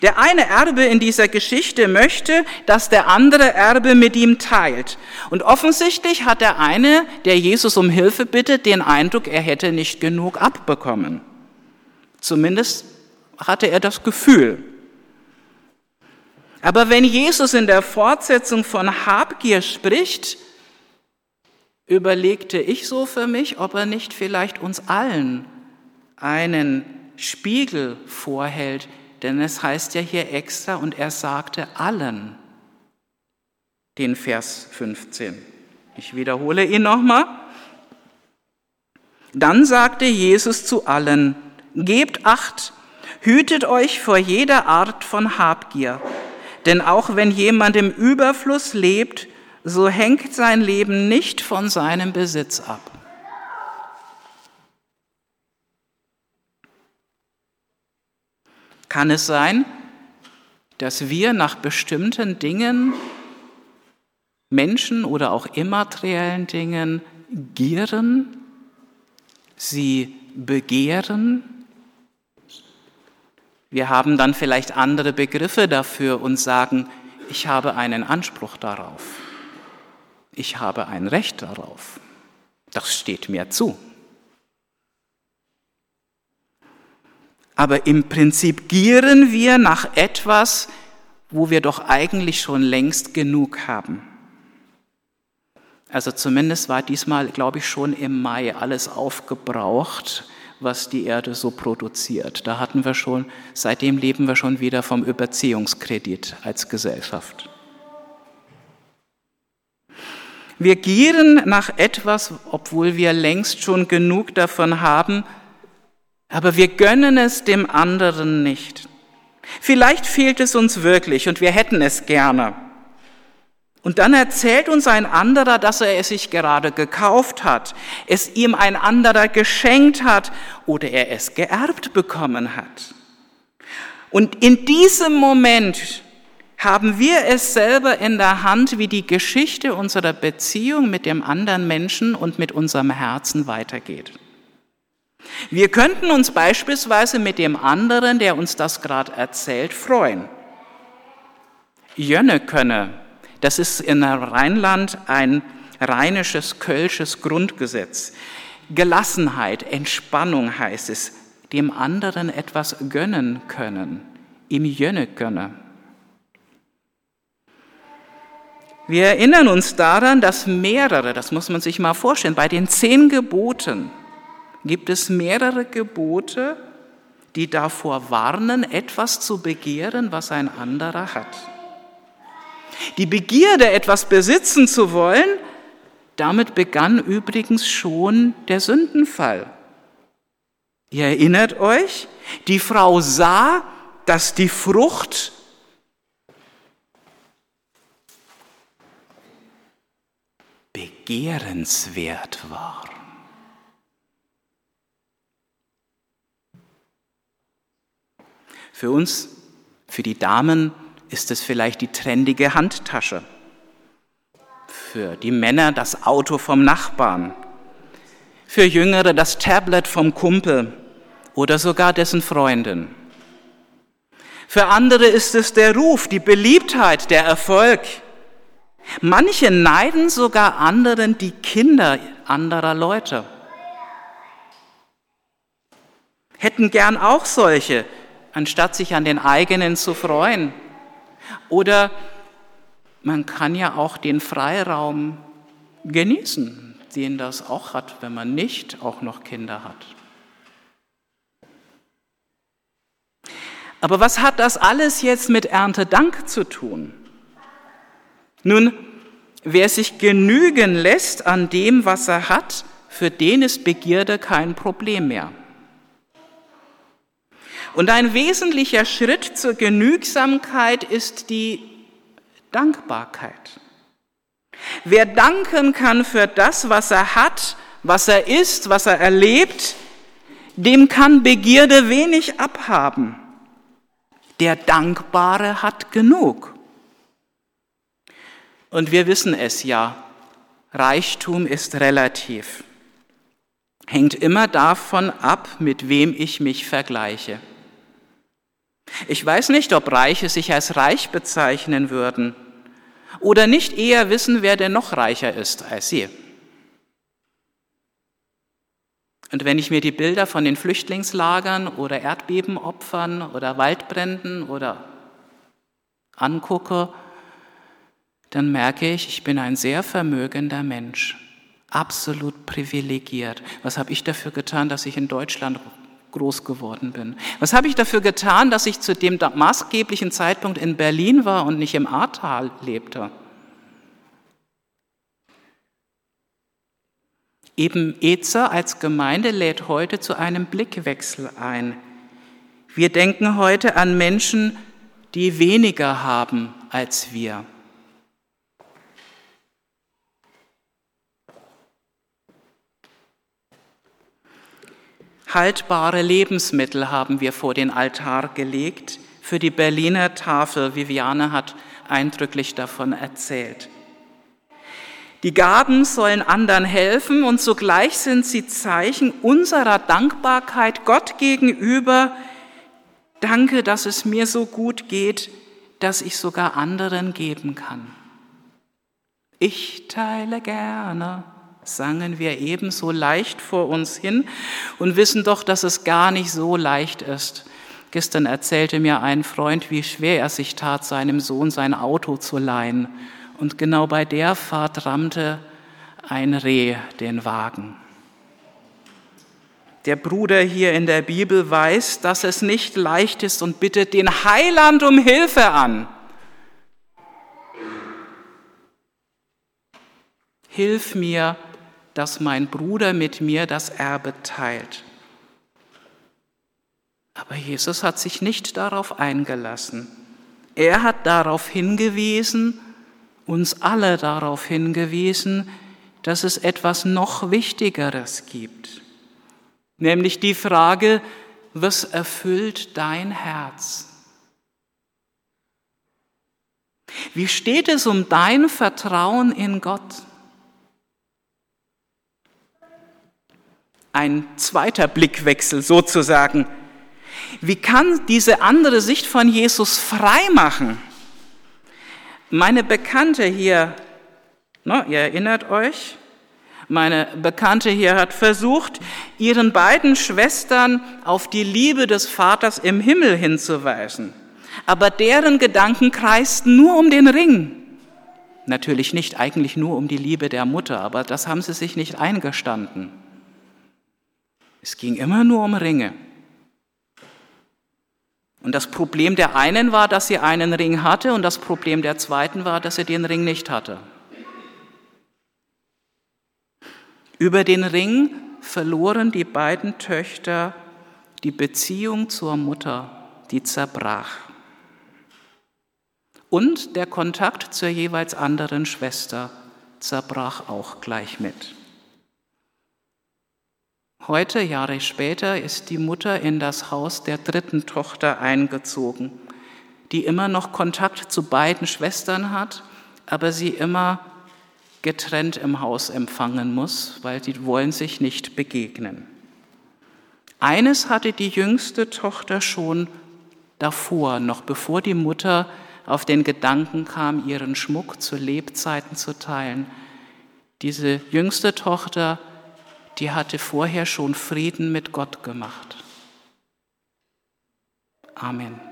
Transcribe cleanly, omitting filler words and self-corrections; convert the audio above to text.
Der eine Erbe in dieser Geschichte möchte, dass der andere Erbe mit ihm teilt. Und offensichtlich hat der eine, der Jesus um Hilfe bittet, den Eindruck, er hätte nicht genug abbekommen. Zumindest hatte er das Gefühl. Aber wenn Jesus in der Fortsetzung von Habgier spricht, überlegte ich so für mich, ob er nicht vielleicht uns allen einen Spiegel vorhält, denn es heißt ja hier extra, und er sagte allen, den Vers 15. Ich wiederhole ihn nochmal. Dann sagte Jesus zu allen, gebt Acht, hütet euch vor jeder Art von Habgier, denn auch wenn jemand im Überfluss lebt, so hängt sein Leben nicht von seinem Besitz ab. Kann es sein, dass wir nach bestimmten Dingen, Menschen oder auch immateriellen Dingen gieren, sie begehren? Wir haben dann vielleicht andere Begriffe dafür und sagen, ich habe einen Anspruch darauf. Ich habe ein Recht darauf. Das steht mir zu. Aber im Prinzip gieren wir nach etwas, wo wir doch eigentlich schon längst genug haben. Also zumindest war diesmal, glaube ich, schon im Mai alles aufgebraucht, was die Erde so produziert. Da hatten wir schon, seitdem leben wir schon wieder vom Überziehungskredit als Gesellschaft. Wir gieren nach etwas, obwohl wir längst schon genug davon haben, aber wir gönnen es dem anderen nicht. Vielleicht fehlt es uns wirklich und wir hätten es gerne. Und dann erzählt uns ein anderer, dass er es sich gerade gekauft hat, es ihm ein anderer geschenkt hat oder er es geerbt bekommen hat. Und in diesem Moment haben wir es selber in der Hand, wie die Geschichte unserer Beziehung mit dem anderen Menschen und mit unserem Herzen weitergeht. Wir könnten uns beispielsweise mit dem anderen, der uns das gerade erzählt, freuen. Jönnekönne, das ist in Rheinland ein rheinisches, kölsches Grundgesetz. Gelassenheit, Entspannung heißt es, dem anderen etwas gönnen können, ihm Jönnekönne. Wir erinnern uns daran, dass mehrere, das muss man sich mal vorstellen, bei den 10 Geboten gibt es mehrere Gebote, die davor warnen, etwas zu begehren, was ein anderer hat. Die Begierde, etwas besitzen zu wollen, damit begann übrigens schon der Sündenfall. Ihr erinnert euch, die Frau sah, dass die Frucht begehrenswert war. Für uns, für die Damen, ist es vielleicht die trendige Handtasche. Für die Männer das Auto vom Nachbarn. Für Jüngere das Tablet vom Kumpel oder sogar dessen Freundin. Für andere ist es der Ruf, die Beliebtheit, der Erfolg. Manche neiden sogar anderen die Kinder anderer Leute. Hätten gern auch solche, anstatt sich an den eigenen zu freuen. Oder man kann ja auch den Freiraum genießen, den das auch hat, wenn man nicht auch noch Kinder hat. Aber was hat das alles jetzt mit Erntedank zu tun? Nun, wer sich genügen lässt an dem, was er hat, für den ist Begierde kein Problem mehr. Und ein wesentlicher Schritt zur Genügsamkeit ist die Dankbarkeit. Wer danken kann für das, was er hat, was er ist, was er erlebt, dem kann Begierde wenig abhaben. Der Dankbare hat genug. Und wir wissen es ja, Reichtum ist relativ. Hängt immer davon ab, mit wem ich mich vergleiche. Ich weiß nicht, ob Reiche sich als reich bezeichnen würden oder nicht eher wissen, wer denn noch reicher ist als sie. Und wenn ich mir die Bilder von den Flüchtlingslagern oder Erdbebenopfern oder Waldbränden oder angucke, dann merke ich, ich bin ein sehr vermögender Mensch, absolut privilegiert. Was habe ich dafür getan, dass ich in Deutschland groß geworden bin? Was habe ich dafür getan, dass ich zu dem maßgeblichen Zeitpunkt in Berlin war und nicht im Ahrtal lebte? Eben Ezer als Gemeinde lädt heute zu einem Blickwechsel ein. Wir denken heute an Menschen, die weniger haben als wir. Haltbare Lebensmittel haben wir vor den Altar gelegt für die Berliner Tafel. Viviane hat eindrücklich davon erzählt. Die Gaben sollen anderen helfen und zugleich sind sie Zeichen unserer Dankbarkeit Gott gegenüber. Danke, dass es mir so gut geht, dass ich sogar anderen geben kann. Ich teile gerne, sangen wir ebenso leicht vor uns hin und wissen doch, dass es gar nicht so leicht ist. Gestern erzählte mir ein Freund, wie schwer er sich tat, seinem Sohn sein Auto zu leihen. Und genau bei der Fahrt rammte ein Reh den Wagen. Der Bruder hier in der Bibel weiß, dass es nicht leicht ist und bittet den Heiland um Hilfe an. Hilf mir, dass mein Bruder mit mir das Erbe teilt. Aber Jesus hat sich nicht darauf eingelassen. Er hat darauf hingewiesen, uns alle darauf hingewiesen, dass es etwas noch Wichtigeres gibt. Nämlich die Frage, was erfüllt dein Herz? Wie steht es um dein Vertrauen in Gott? Ein zweiter Blickwechsel sozusagen. Wie kann diese andere Sicht von Jesus frei machen? Meine Bekannte hier, ihr erinnert euch, meine Bekannte hier hat versucht, ihren beiden Schwestern auf die Liebe des Vaters im Himmel hinzuweisen. Aber deren Gedanken kreisten nur um den Ring. Natürlich nicht, eigentlich nur um die Liebe der Mutter, aber das haben sie sich nicht eingestanden. Es ging immer nur um Ringe. Und das Problem der einen war, dass sie einen Ring hatte und das Problem der zweiten war, dass sie den Ring nicht hatte. Über den Ring verloren die beiden Töchter die Beziehung zur Mutter, die zerbrach. Und der Kontakt zur jeweils anderen Schwester zerbrach auch gleich mit. Heute, Jahre später, ist die Mutter in das Haus der dritten Tochter eingezogen, die immer noch Kontakt zu beiden Schwestern hat, aber sie immer getrennt im Haus empfangen muss, weil die wollen sich nicht begegnen. Eines hatte die jüngste Tochter schon davor, noch bevor die Mutter auf den Gedanken kam, ihren Schmuck zu Lebzeiten zu teilen. Diese jüngste Tochter, die hatte vorher schon Frieden mit Gott gemacht. Amen.